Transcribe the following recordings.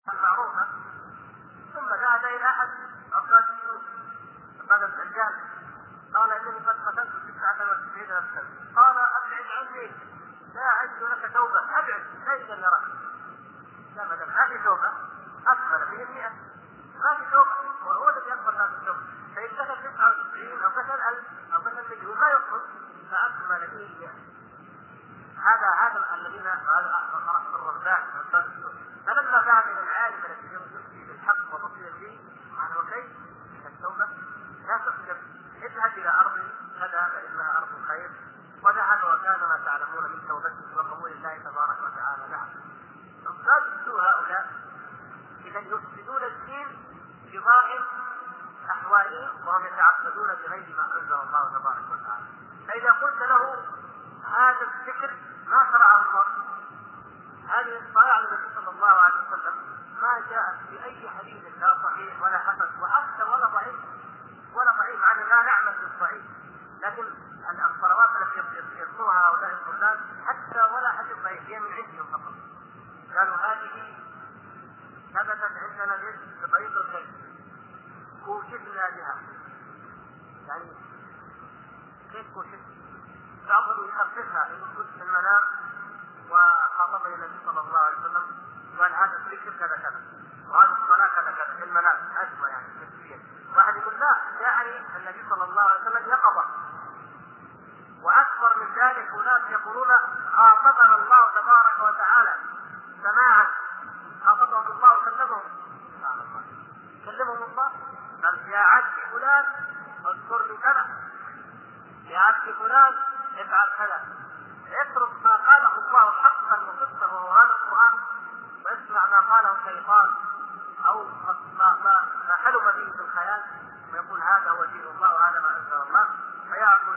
المعروفة، ثم ذهب إلى أحد أفراد هذا الدجال قال إنني قد قتلت 99 نفسا. قال أبعد عني، لا أجد لك توبة، أبعد لا يجد يراك. لا مدام ما في توبة أكمل به 100، ما في توبة، وهو الذي يقبل هذا التوبة. فإن قتل 99 أو قتل 1000 أو قتل مليون ما يقبل، فأكمل به 100. هذا الذين الرباع. فلما ذهب إلى العالم الذي يفتي بالحق وبصير فيه قال وكيف التوبة؟ لا تقدم، اذهب إلى أرض كذا فإنها أرض خير. وذهب وكان ما تعلمون من توبته وقبول الله تبارك وتعالى له. فقالوا هؤلاء إذا يفسدون الدين بظاهر أحوالهم وهم يتعبدون بغير ما أنزل الله تبارك وتعالى. فإذا قلت له هذا الذكر ما شرعه الله، هذه الصلاة على النبي صلى الله عليه وسلم ما جاءت في أي حديث لا صحيح ولا حسن وحتى ولا ضعيف معنى لا نعمل بالضعيف، لكن الصلوات التي يذكرها هؤلاء الفلان حتى ولا حديث ضعيف هي من عندهم فقط. قالوا هذه ثبتت عندنا بطريق الخير كوشفنا بها. يعني كيف كوشف؟ بعضهم يخففها إن كنت في المنام وخاطبني النبي صلى الله عليه وسلم قال هذا الذكر كذا كذا وهذا الصلاة كذا كذا في المنام أسمى يعني تسبيح. واحد يقول لا، يعني النبي صلى الله عليه وسلم يقظة. وأكبر من ذلك أناس يقولون خاطبنا الله تبارك وتعالى سماعا، خاطبهم الله وكلمهم. سبحان الله، كلمهم الله قال يا عبد فلان اذكرني كذا، يا عبد فلان افعل كذا. اترك ما قاله الله حقا وصدقا وهو هذا القرآن، واسمع ما قاله الشيطان أو ما حلم به في الخيال ويقول هذا هو دين الله وهذا ما أنزل الله، فيعبد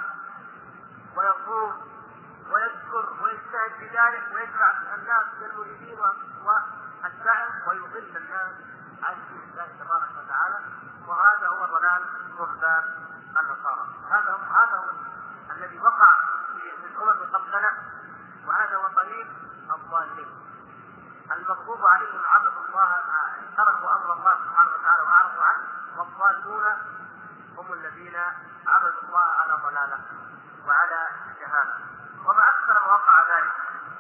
ويصوم ويذكر ويجتهد في ذلك ويجمع الناس من المريدين والسعي ويضل الناس عن دين الله تبارك وتعالى. وهذا هو ضلال رهبان النصارى. هذا هو الذي وقع في الأمم قبلنا، وهذا هو طريق الضالين المغضوب عليهم عبدوا الله تركوا أمر الله سبحانه وتعالى وأعرضوا عنه، والضالون هم الذين عبدوا الله على ضلاله وعلى جهاله. وما أكثر ما وقع ذلك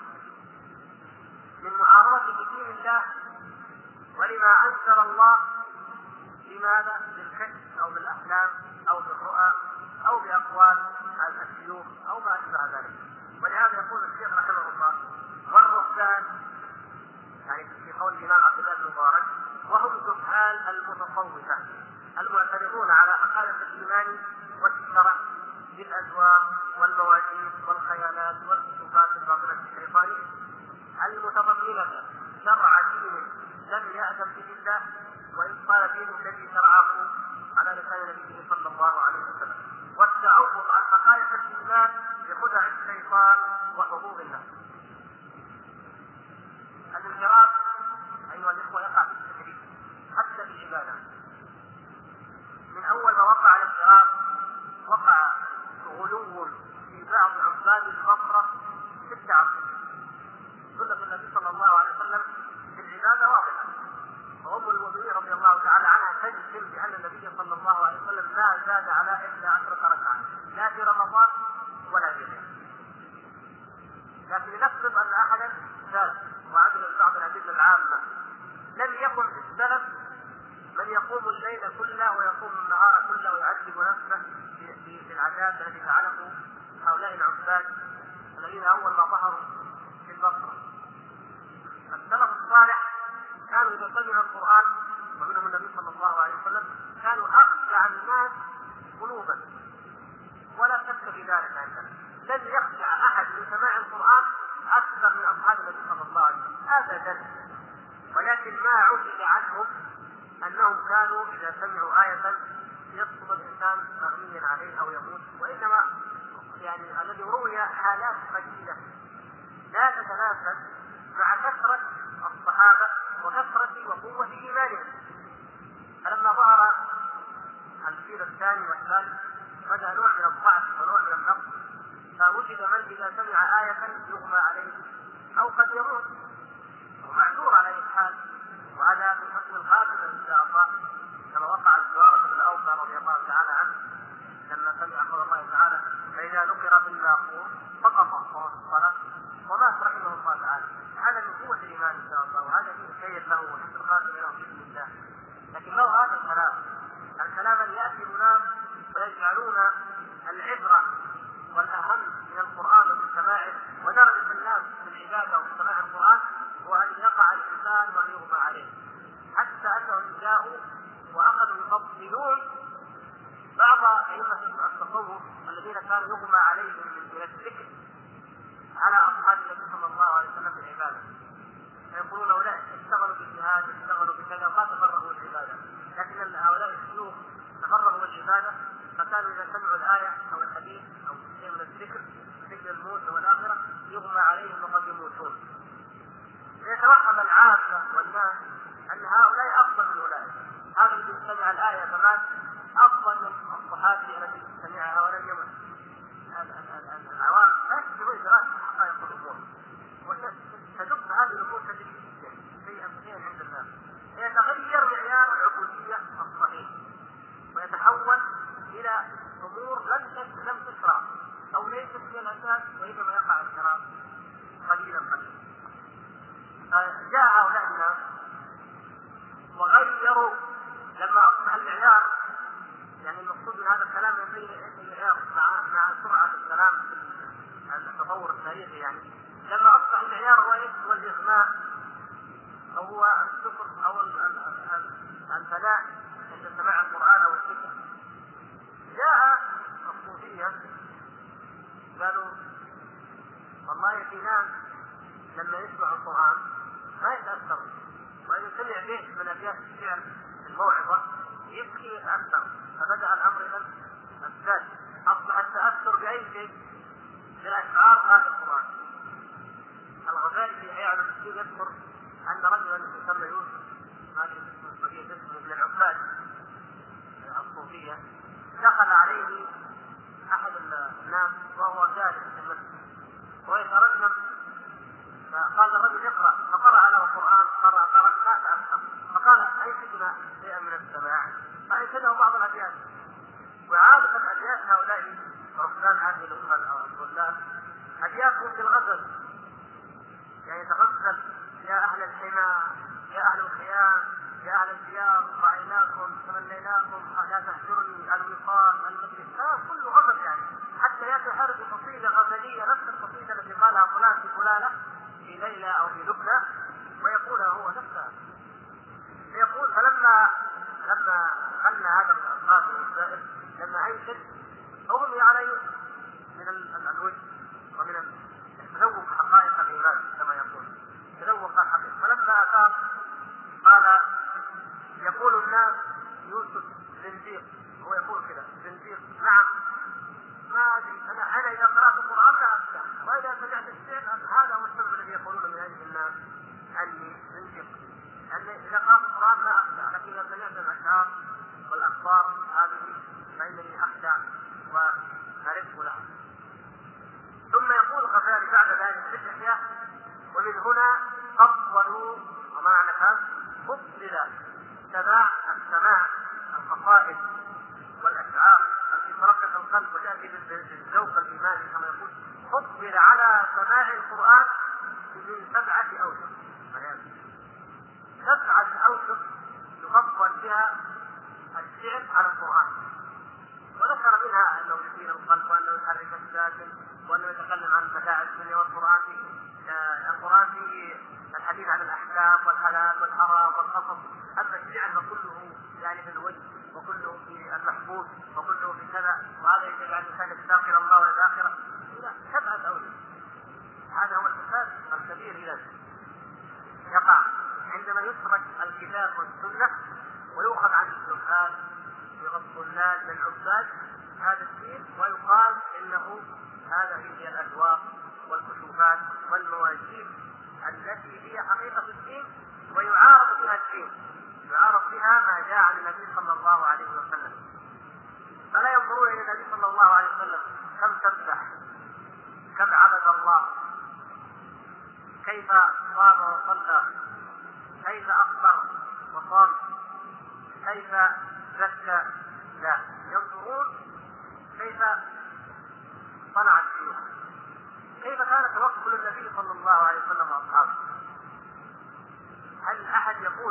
من معارضة دين الله ولما أنزل الله، لماذا؟ بالكشف أو بالأحلام أو بالرؤى أو بأقوال الشيوخ أو ما أشبه ذلك. ولهذا يقول الشيخ رحمه الله والرهبان، يعني في قول الإمام عبد الله بن مبارك، وهم جهال المتصوفة المعترضون على حقائق الإيمان والشرع بالأزواج والمواجيد والخيالات والصفات الباطنة الشيطانية المتضمنة شرع دين لم يأذن به الله، وإن قال دين الذي شرعه على لسان نبيه صلى الله عليه وسلم، والتعوض عن حقائق الإيمان بخدع الشيطان وحظوظ الله. الانحراف أيها الإخوة يقع في التدريج حتى في العبادة. من أول ما وقع الانحراف وقع غلو في بعض عباد البصرة في التعبد. سنة النبي صلى الله عليه وسلم في العبادة واضحة، وأم المؤمنين رضي الله تعالى عنها تجزم بأن النبي صلى الله عليه وسلم ما زاد على 11 ركعة لا في رمضان ولا في غيره. لكن لنفرض أن أحدا زاد وعدل بعض الأدلة العامة، لم يكن في السلف من يقوم الليل كله ويقوم النهار كله ويعذب نفسه في العذاب الذي فعله هؤلاء العباد الذين أول ما ظهروا في البصرة. السلف الصالح كانوا إذا سمعوا القرآن ومنهم النبي صلى الله عليه وسلم كانوا أخشع الناس قلوبا، ولا شك في ذلك عندنا. لن يخشع أحد من سماع القرآن أكثر من أصحاب النبي صلى الله عليه وسلم أبدا. ولكن ما عهد عنهم أنهم كانوا إذا سمعوا آية يسقط الإنسان مغنيا عليه أو يموت، وإنما يعني الذي روي حالات قليلة لا تتناسب مع كثرة الصحابة وكثرة وقوة إيمانهم. فلما ظهر الجيل الثاني والثالث بدأ نوع من الضعف ونوع من النقص، فوجد من إذا سمع آية يغمى عليه أو قد يموت ومعذور على الحال، وهذا تحية له وحسن خاتمة له بإذن الله. لكن لو هذا الكلام اللي يأتي منام ويجعلون العبرة والأهم من القرآن ومن سماعه ودرجة الناس في العبادة وفي سماع القرآن هو أن يقع الإنسان وأن يغمى عليه، حتى أنهم جاءوا وأخذوا يفضلون بعض أئمة التصوف الذين كانوا يغمى عليهم من الذكر على أصحاب النبي صلى الله عليه وسلم في العبادة، فيقولون هؤلاء اشتغلوا بالجهاد اشتغلوا بكذا ما تفرغوا بالعبادة، لكن هؤلاء الشيوخ تفرغوا بالعبادة، فكانوا إذا سمعوا الآية أو الحديث أو شيء من الذكر ذكر الموت والآخرة يغمى عليهم وقد يموتون. ليتوهم العامة والناس أن هؤلاء أفضل من أولئك، هذا الذي سمع الآية فمات أفضل من الصحابي الذي سمعها ولم يمت. العوام لا يستطيعون دراسة حقائق الأمور، وتدق هذه الأمور تجد شيئا عند الناس، يتغير معيار العبودية الصحيح ويتحول إلى أمور لم تشرع أو ليست من الأساس، وإنما يقع الشراب قليلا. جاء هؤلاء الناس وغيروا لما أصبح المعيار، يعني المقصود من هذا الكلام يبين المعيار مع سرعة الكلام في التطور التاريخي، يعني لما أصبح المعيار هو الإغماء أو هو السكر أو الفناء عند سماع القرآن أو الذكر، جاء الصوفية قالوا والله في ناس لما يسمع القرآن ما يتأثر، وإذا سمع بيت من أبيات الشعر الموعظة يبكي أكثر، فبدأ الأمر إذن الزاد، أصبح التأثر بأي شيء بالأشعار هذا القرآن. الغزالي في إحياء الدين يذكر أن رجلا يسمى يوسف، هذه اسمه من العباد الصوفية، دخل عليه أحد الناس وهو جالس في المسجد ويترجم، فقال الرجل اقرأ، فقرأ له القرآن، قرأ لا تأثر، فقال أيشدنا شيئا من السماع، فأيشده بعض الأبيات. وعادة الأبيات هؤلاء رفضان هذه الغزال أبياتهم في الغزل، يعني يتغزل يا أهل الحمى يا أهل الخيام يا أهل الديار رأيناكم تمنيناكم لا تهجرني الوصال المجلس، كله غزل يعني، حتى يأتي حرف قصيدة غزلية نفس القصيدة التي قالها فلان في فلانة في ليلى أو في لبنى ويقولها هو نفسها. يقول فلما غنى هذا القاضي الزائر لما أنشد أغمي عليه من الوجه ومن تذوق حقائق الإيمان كما يقول، تذوق الحقيقة. فلما أتاه قال يقول الناس يوسف زنديق، هو يقول كذا زنديق، نعم ما أدري أنا إذا قرأت القرآن لا أفتح، وإذا سمعت الشيء هذا هو السبب الذي يقولون من أجل الناس أني زنديق، أني إذا قرأت القرآن لا أفتح، لكن إذا سمعت الأشعار والأخبار هذه فإنني أخدع وأعرف لها. ثم يقول الغزالي بعد ذلك في الإحياء ومن هنا فضلوا، ومعنى هذا فضل السماع القصائد والأشعار التي ترقق القلب وتأتي بالذوق الإيماني كما يقول، فضل على سماع القرآن من 7 أوجه، 7 أوجه يفضل بها الشعر على القرآن. وذكر منها أنه يثير القلب وأنه يحرك الساكن وأنه يتكلم عن متاع الدنيا، والقرآن فيه الحديث عن الأحكام والحلال والحرام والقصص. أما الشعر فكله يعني في الوجه وكله في المحبوب وكله في كذا، وهذا يجب أن الإنسان يشتاق إلى الله والآخرة. 7 أوجه، هذا هو الفساد الكبير إذا يقع عندما يترك الكتاب والسنة ويؤخذ عن السؤال الضلال للعباد هذا الدين، ويقال إنه هذه هي الأذواق والكشوفات والمواجيب التي هي حقيقة الدين، ويعارض بها الدين، يعارض بها ما جاء عن النبي صلى الله عليه وسلم. فلا ينظرون إلى النبي صلى الله عليه وسلم كم سبح، كم عبد الله، كيف صام وصلى، كيف أفطر وصام، كيف زكى، لا، ينظرون كيف صنع الشيوخ، كيف كان توكل النبي صلى الله عليه وسلم واصحابه. هل احد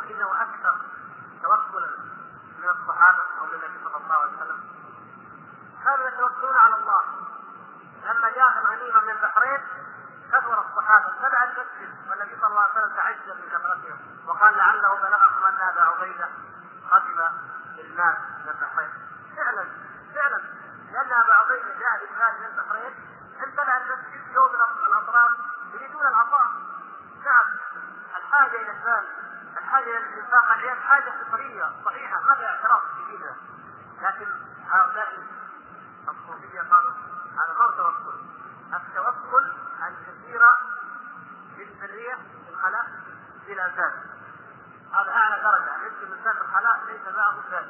نقول انه اكثر توكلا من الصحابه او من النبي صلى الله عليه وسلم؟ كانوا يتوكلون على الله. لما جاء الغنيمه من البحرين كثر الصحابه تبع المسجد، والنبي صلى الله عليه وسلم تعجب من كثرتهم وقال لعله بلغكم ان ابا عبيده قدم بالمال من البحرين. فعلا لان ابا عبيده جاء بالمال من البحرين امتلأ المسجد يوم من الاطراف يريدون العطاء. نعم، الحاجه الى المال، الحاجه الى الانفاق على حاجه فطريه صحيحه ما فيها اعتراف في ديننا، لكن هؤلاء الصوفيه قالوا هذا ما هو توكل. التوكل ان تسير بالبريه في الخلاء بلا زاد، هذا اعلى درجه. ان يمشي الانسان في الخلاء ليس معه زاد.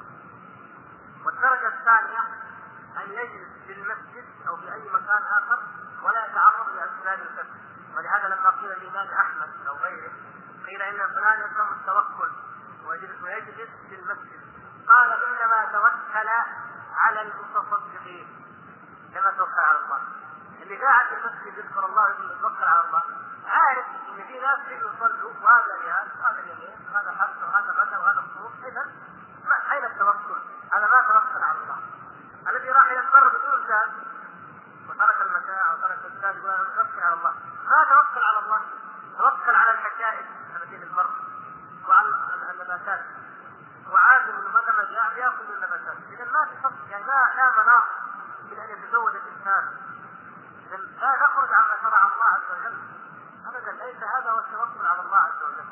والدرجه الثانيه ان يجلس في المسجد او في اي مكان اخر ولا يتعرض لاسباب الكسب. ولهذا لما قيل الامام احمد او غيره قيل ان فلان يكره التوكل ويجلس في المسجد، قال انما توكل على المتصدقين. كما توكل على الله اللي قاعد في المسجد يذكر الله يتوكل على الله، عارف ان في ناس يصلوا وهذا ريال وهذا يمين وهذا حق وهذا غدا وهذا الصوف. اذا اين التوكل؟ هذا ما توكل على الله. الذي راح الى البر بدون زاد وترك المتاع وترك الزاد يقول انا اتوكل على الله، ما توكل على الله، توكل على الحشائش التي في البر وعلى النباتات، وعازم انه متى جاء ياكل النباتات. اذا ما في فضل، يعني لا مناص من ان يتزوج الانسان. اذا لا نخرج عما شرع الله عز وجل ابدا، ليس هذا هو التوكل على الله عز وجل.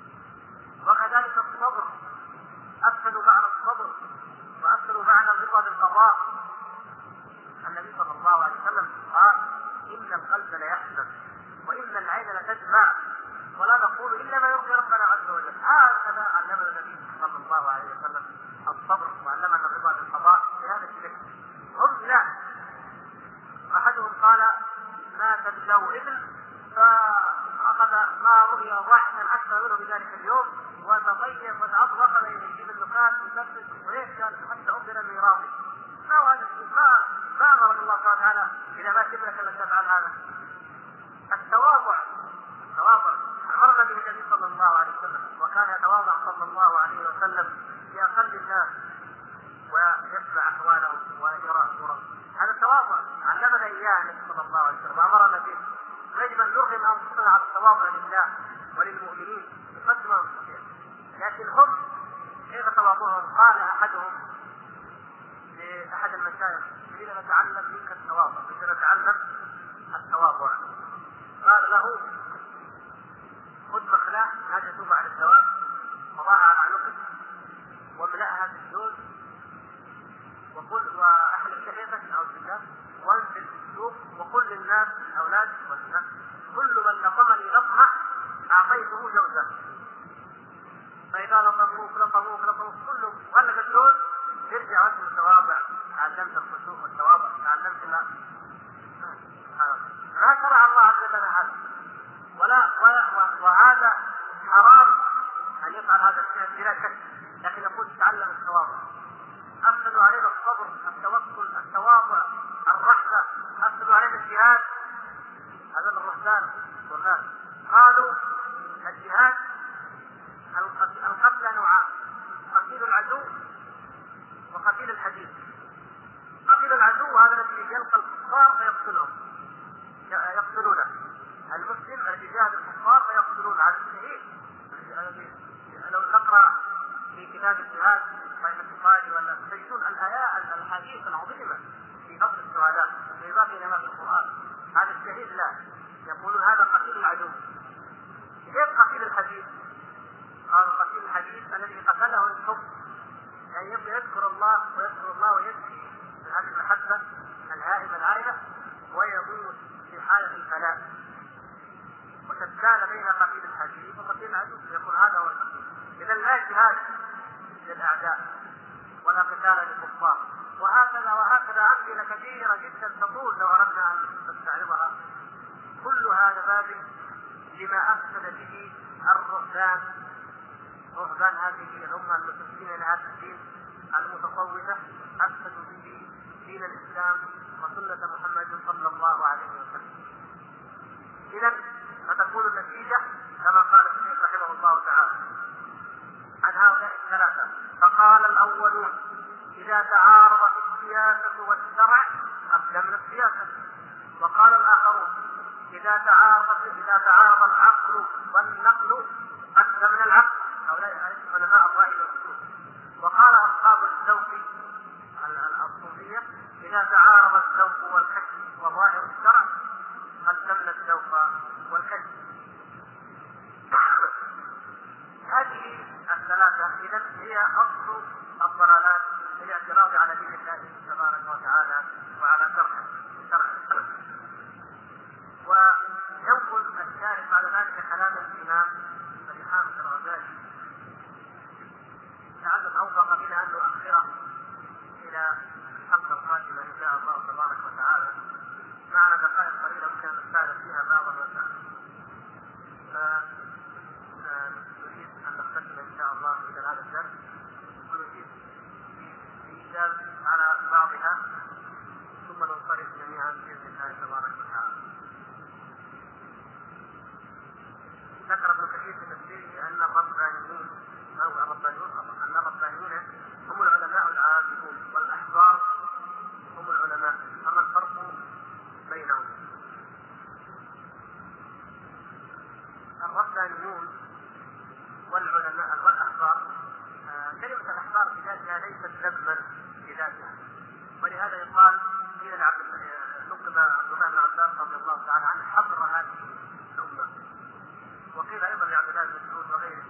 وكذلك الصبر، افسدوا معنى الصبر وافسدوا معنى الرضا بالقضاء. النبي صلى الله عليه وسلم قال ان القلب ليحزن وان العين لتدمع ولا نقول الا ما يرضي ربنا عز وجل. هكذا علمنا النبي صلى الله عليه وسلم الصبر وعلمنا الرضا بالقضاء بهذا الشكل. هم لا، احدهم قال مات له ابن فاخذ ما رؤي ضاحكا اكثر منه بذلك اليوم وتطيب وتعظف يجيب النقاط ويكفر ويخجل حتى امر الميراث. ما هو هذا الشيء؟ ما امر الله سبحانه وتعالى اذا مات ابنك ان تفعل هذا. التواضع امر به النبي صلى الله عليه وسلم، وكان يتواضع صلى الله عليه وسلم لاقل الناس ويسمع احوالهم ويرى صورهم. هذا التواضع علمنا اياه النبي صلى الله عليه وسلم وامرنا به. يجب ان نرغم انفسنا على التواضع لله وللمؤمنين بقدر ما نستطيع. لكن هم كيف تواضعهم؟ قال احدهم لاحد المشايخ بدنا نتعلم منك التواضع، بدنا نتعلم التواضع. قال له خذ مخلاة هذه توضع على الدواب وضعها على عنقك واملأها بالجوز واحلق شهيتك او الزجاج وانزل في السوق وقل للناس الاولاد والناس كل من لطمني لطمه اعطيته جوزا. فاذا لطموك كله غلق الجوز يرجع وجه متواضع. تعلمت الخشوع والتواضع، تعلمت ما شرع الله عز وجل هذا وهذا حرام ان يفعل هذا الشيء بلا شك. لكن نقول تعلم التواضع. افسدوا علينا الصبر، التوكل، التواضع، الرحمه، افسدوا علينا الجهاد. هذا الرهبان والناس قالوا الجهاد القتل نوعان: قتيل العدو وقتيل الحديث. قتيل العدو هذا الذي يلقى الكفار فيقتلونه، المسلم الذي جاهد الكفار فيقتلون على الشهيد. لو نقرا في كتاب الجهاد صحيح البخاري ولا تجدون الحديث العظيمه في فضل الشهداء في باب ما في القران. هذا الشهيد لا، يقولون هذا قتيل العدو. كيف قتيل الحديث؟ قالوا قتيل الحديث الذي قتله الحب، يعني يبقى يذكر الله ويبكي من هذه المحبه الهائمه العائله ويموت في حاله الفناء. وشتان بين قتيل الحديث وقتيل العدو، يقول هذا هو القتيل. اذا لا جهاد للاعداء ولا قتال للكفار. وهكذا امثله كثيره جدا تطول لو اردنا ان نستعرضها. كل هذا باب لما افسد به الرهبان هذه الامه المسلمين الى هذا الدين المتصوفه، افسدوا به دين الاسلام وسنه محمد صلى الله عليه وسلم. اذا فتكون النتيجه كما قال الشيخ رحمه الله تعالى: ثلاثة. فقال الأولون إذا تعارضت السياسة والشرع أقدمنا السياسة. وقال الآخرون إذا تعارض العقل والنقل أقدمنا العقل. هؤلاء علماء الرأي والأصول. وقال أصحاب الذوق الصوفية إذا تعارض الذوق والكشف وظاهر الشرع قدمنا الذوق والكشف. هذه الثلاثة إذن هي أصل الضلالات في الاعتراض على دين الله تبارك وتعالى وعلى شرعه. وينقل الشارح بعد ذلك كلام الإمام أبي حامد الغزالي لعل الأوفق بنا أن نؤخره إلى الحلقة القادمة إن شاء الله تبارك وتعالى. معنا دقائق قليلة ممكن نستعرض فيها بعض المسائل. نريد أن نختتم إن شاء الله إلى هذا الدرس ونجيب بإيجاز على بعضها ثم ننصرف جميعا بإذن الله تبارك وتعالى. ذكر ابن كثير في تفسيره أن الربانيين هم العلماء العاملون والأحبار هم العلماء. فما الفرق بينهم؟ الربانيون والعلماء والأحبار، كلمة الأحبار بذاتها ليست ذما بذاتها، ولهذا يقال في نقل عبد الله بن عباس رضي الله تعالى عنه حبر هذه الأمة، وقيل أيضا لعبد الله بن مسعود وغيره.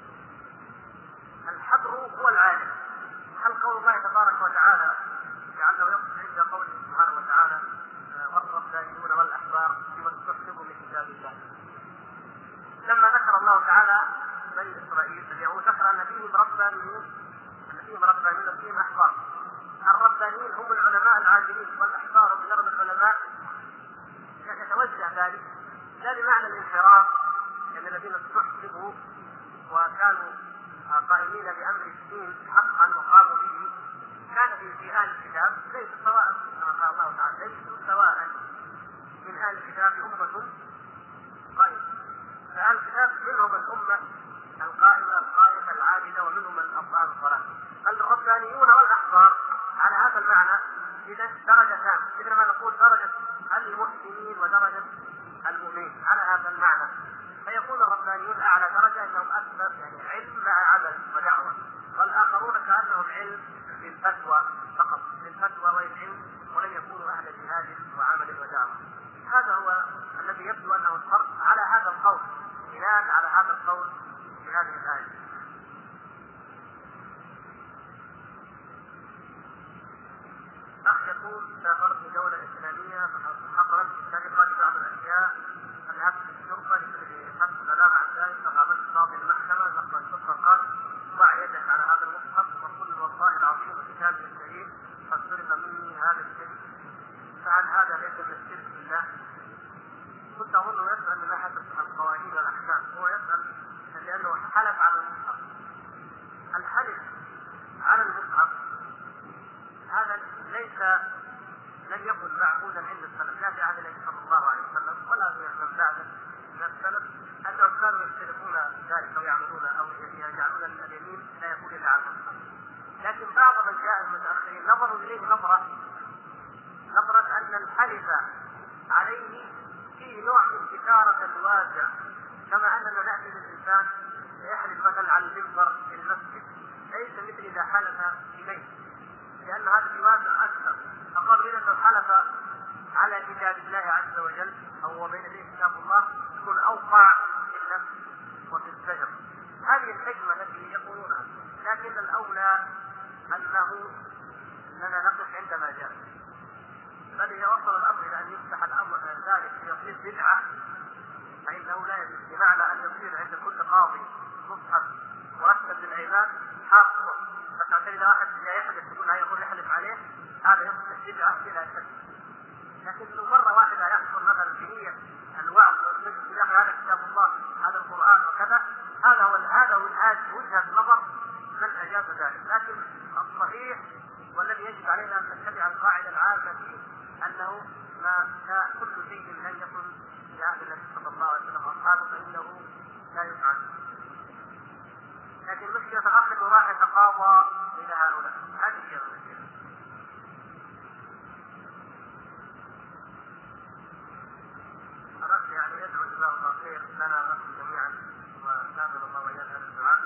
الحبر هو العالم. هل قول الله تبارك وتعالى لعله يقصد عند قوله سبحانه وتعالى والربانيون والأحبار بما استحسبوا من كتاب الله؟ لما ذكر الله تعالى بني إسرائيل اليهود ذكر أن فيهم ربانيون وفيهم أحبار. الربانيين هم العلماء العادلين، والأحبار بجرد العلماء يتوجه ذلك لا بمعنى الانحراف يعني الذين استحسبوا وكانوا قائمين بأمر الدين حقا وقاموا به، كان في أهل الكتاب ليس سواء كما قال الله تعالى ليسوا سواء من أهل الكتاب أمة قائمة. فأهل الكتاب منهم الأمة القائمة القائمة العابدة ومنهم الأصحاب الصلاة. الربانيون والأحبار على هذا المعنى إذا درجتان، إذا ما نقول درجة المحسنين ودرجة المؤمنين على هذا المعنى، فيكون الربانيون أعلى درجة أنهم أكثر يعني علم مع عمل ودعوة، والآخرون كأنهم علم بالفتوى فقط، بالفتوى والعلم ولم يكونوا أهل جهاد وعمل ودعوة. هذا هو الذي يبدو أنه الفرق على هذا القول، بناء على هذا القول في هذه الآية. أخ يقول سافرت لدولة إسلامية فحصلت سرقة بعض الأشياء، فذهبت للشرطة لحث بلاغ عن ذلك، فقابلت قاضي المحكمة لقد قال ضع يدك على هذا المصحف وقل والله العظيم وكتابه الكريم قد سرق مني هذا الشيء، فهل هذا ليس من الشرك بالله؟ كنت أظن يسأل من ناحية القوانين والأحكام، هو يسأل لأنه حلف على المصحف. الحلف على المصحف هذا لم يكن معقودا عند السلف، لا في عهد النبي صلى الله عليه وسلم ولا في من بعده من السلف، انهم كانوا يشتركون ذلك او يعملون او يجعلون اليمين لا يكون الا على المصحف. لكن بعض من جاء المتاخرين نظروا اليه نظره ان الحلف عليه فيه نوع من كثاره الواجع، كما اننا ناتي للانسان يحلف مثلا على المنبر في المسجد ليس مثل اذا حلف في بيت، لأن هذا الواقع أكثر. أقول إذا حلف على كتاب الله عز وجل أو بين يديه كتاب الله يكون أوقع في النفس وفي الزجر. هذه الحكمة التي يقولونها، لكن الأولى أننا نقف عندما جاء. بل إذا وصل الأمر إلى أن يفتح الأمر ذلك يصير بدعة فإنه لا يجوز، بمعنى أن يصير عند كل قاضي مصحف مرتب للأيمان حاصل، فكان إذا واحد يحلف يقول يقول يحلف عليه هذا يصبح بدعة بلا شك. لكن لو مرة واحدة يحصل مثلا بنية الوعظ والذكر هذا كتاب الله هذا القرآن وكذا، هذا هو وجهة نظر من أجاب ذلك. لكن الصحيح والذي يجب علينا أن نتبع القاعدة العامة فيه أنه ما كل شيء لم يكن في عهد النبي صلى الله عليه وسلم وأصحابه فإنه لا يفعل. لكن المشكلة تغفل وراح يتقاضى إلى هؤلاء. هذه هي المشكلة. أردت يعني يدعو جزاه الله خير لنا ولكم جميعا وسامنا الله وإيانا هذا الدعاء.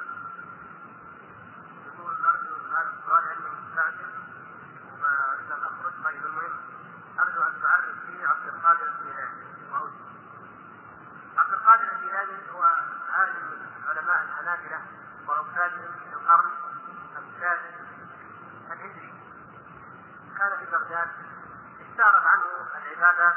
يقول أرجو هذا السؤال أني مستعجل وإذا أخرج طيب المهم أرجو أن تعرف فيه عبد القادر الجيلاني. عبد القادر الجيلاني هو عالم من علماء الحنابلة ورفاته في القرن الثالث الهجري. كان في بغداد، اشتهرت عنه العبادات.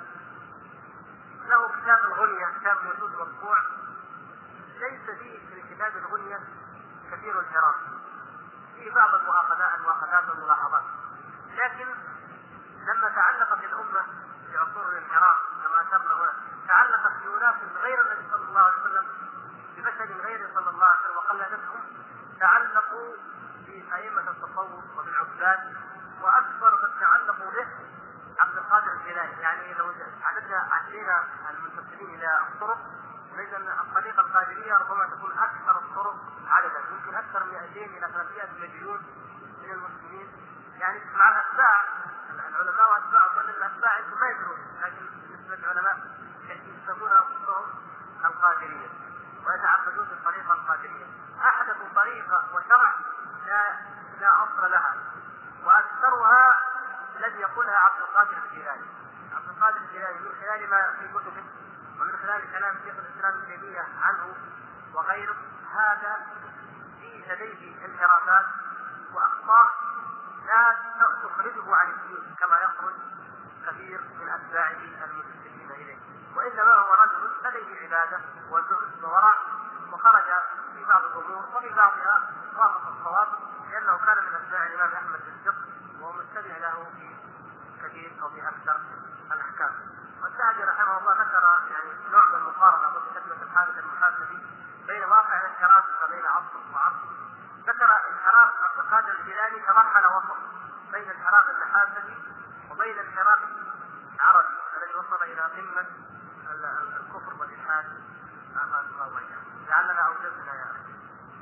له كتاب الغنية، كتاب موجود مطبوع، ليس فيه في كتاب الغنية كثير الحراك، فيه بعض المؤاخذات والملاحظات، لكن لما تعلقت الأمة في عصور الانحراف كما أشرنا هنا، تعلقت بأناس غير النبي صلى الله عليه وسلم، ببشر غيره صلى الله عليه وسلم وقلدتهم، تعلقوا بأئمة التصوف وبالعباد، وأكثر من تعلقوا به عبد القادر الجيلاني. يعني لو عددنا 20 المنتسبين إلى الطرق، نجد أن الطريقة القادرية ربما تكون أكثر الطرق عددا، يمكن أكثر من 200 إلى 300 مليون من المسلمين. يعني مع الأتباع العلماء وأتباعهم، وأن الأتباع ما يدرون، لكن بالنسبة للعلماء يسمون أنفسهم القادرية ويتعبدون بالطريقة القادرية. أحدثوا طريقة وشرع لا أصل لها، وأكثرها الذي يقولها عبد القادر الجيلاني. عبد القادر الجيلاني من خلال ما في كتبه ومن خلال كلام شيخ الإسلام ابن تيمية عنه وغيره، هذا في لديه انحرافات وأخطاء لا تخرجه عن الدين كما يخرج كثير من أتباعه المسلمين إليه، وإنما هو رجل لديه عبادة وزهد وورع، وخرج في بعض الأمور وفي بعضها وافق الصواب، لأنه كان من أتباع الإمام أحمد بن الفقه وهو متبع له في كثير أو في أكثر الأحكام. والسعدي رحمه الله ذكر يعني نوع من المقارنة ضد كلمة الحارث المحاسبي بين واقع الانحراف وبين عصر وعصر. ذكر انحراف عبد القادر الجيلاني كمرحلة وسط بين انحراف المحاسبي وبين انحراف العربي الذي وصل إلى قمة الكفر والإلحاد. أعطانا الله وإياه، لعلنا أوجزنا يا أخي.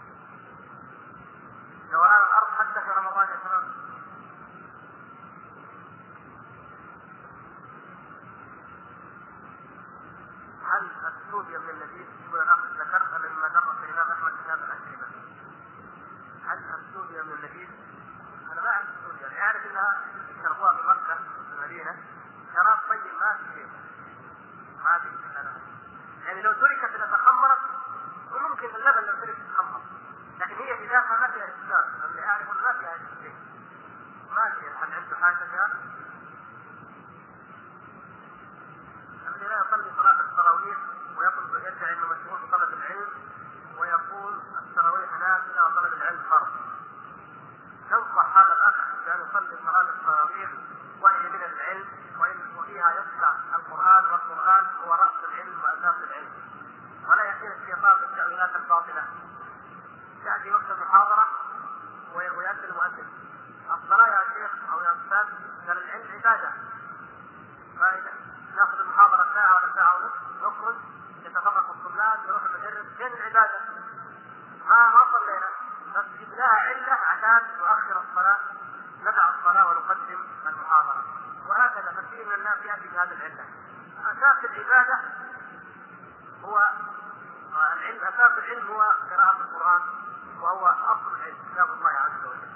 دوران الأرض حتى في رمضان يا شباب. هل السوديوم من النبيذ يقول الأخ ذكرت مما جرى في الإمام أحمد كتاب الأشربة؟ هل السوديوم من النبيذ؟ أنا ما أعرف السوديوم، أعرف أنها يشربوها في مكة في المدينة شراب طيب ما في شيء، ما في شيء. يعني لو تركت تتخمرت وممكن اللبن لو ترك تتخمر، لكن هي في ذاتها ما فيها إسلام. اللي أعرف ما فيها شيء، ما فيها. هل عنده حاجة فيها؟ الذي لا يصلي صلاة التراويح ويطلب يدعي انه مشغول بطلب العلم ويقول التراويح نافلة وطلب العلم فرض، تنصح هذا الأخ بأن يصلي صلاة التراويح وهي من العلم وفيها يتبع القرآن، والقرآن هو رأس العلم وأساس العلم، ولا يأتي الشيطان بالتأويلات الباطلة. تأتي وقت المحاضرة ويأتي المؤذن الصلاة يا شيخ أو يا أستاذ، قال العلم عبادة، ناخذ المحاضرة ساعة ولا ساعة ونص، نخرج يتفرق الطلاب يروح المدرس، فين العبادة؟ ما صلينا، بس جبناها علة عشان نؤخر الصلاة، ندع الصلاة ونقدم المحاضرة، وهكذا كثير من الناس يأتي بهذه العلة. أساس العبادة هو العلم، أساس العلم هو قراءة القرآن، وهو أصل العلم كتاب الله عز وجل،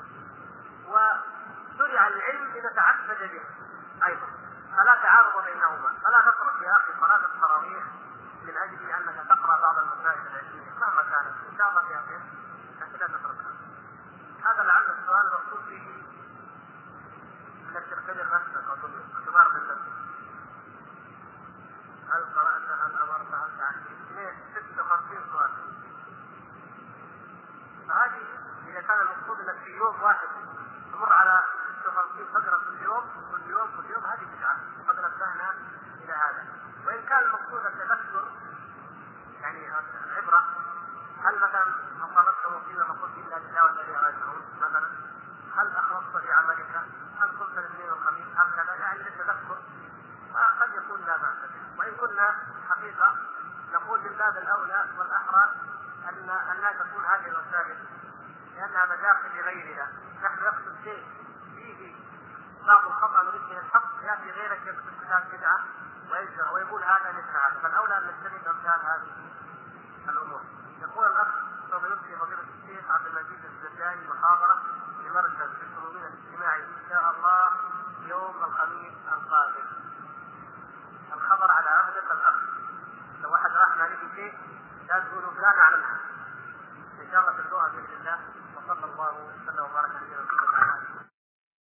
وشرع العلم إذا تعبد به أيضا، فلا تعارض بينهما. فلا تترك يا أخي صلاة التراويح من أجل أنك تقرأ بعض المسائل العلمية مهما كانت، إن شاء الله يا أخي لكن لا تتركها. هذا لعل السؤال المقصود فيه أنك تختبر نفسك أو اختبار بالنفس. هل قرأت، هل أمرت، هل تعلمت؟ 56 سؤال. فهذه إذا كان المقصود أنك في يوم واحد تمر على 56 فقرة كل يوم، هذه بدعة قد نبهنا إلى هذا. وإن كان المقصود التذكر يعني العبرة، هل مثلا أصابتك مصيبة فقلت إلا لله والذي راجعون مثلا، هل أخلصت في عملك، هل قمت الاثنين والخميس، هكذا يعني للتذكر، وقد يكون لا بأس به. وإن كنا حقيقة نقول من باب الأولى والأحرى أن لا تكون هذه الوسائل لأنها مداخل لغيرنا. نحن نقصد شيء فيه بعض الخطأ نريد من الحق، يأتي غيرك يقصد كتاب بدعة ويجرى ويقول هذا مثل هذا، فالأولى أن نجتنب أمثال هذه الأمور. يقول الأخ سوف يلقي فضيلة الشيخ عبد المجيد الزجاجي محاضرة في مركز الحلولين الاجتماعي إن شاء الله يوم الخميس القادم. الخبر على عهدة الأخ، لو واحد راح عليه شيء لا تقولوا فلان أعلمها إن شاء الله تلقوها بإذن الله. وصلى الله وسلم وبارك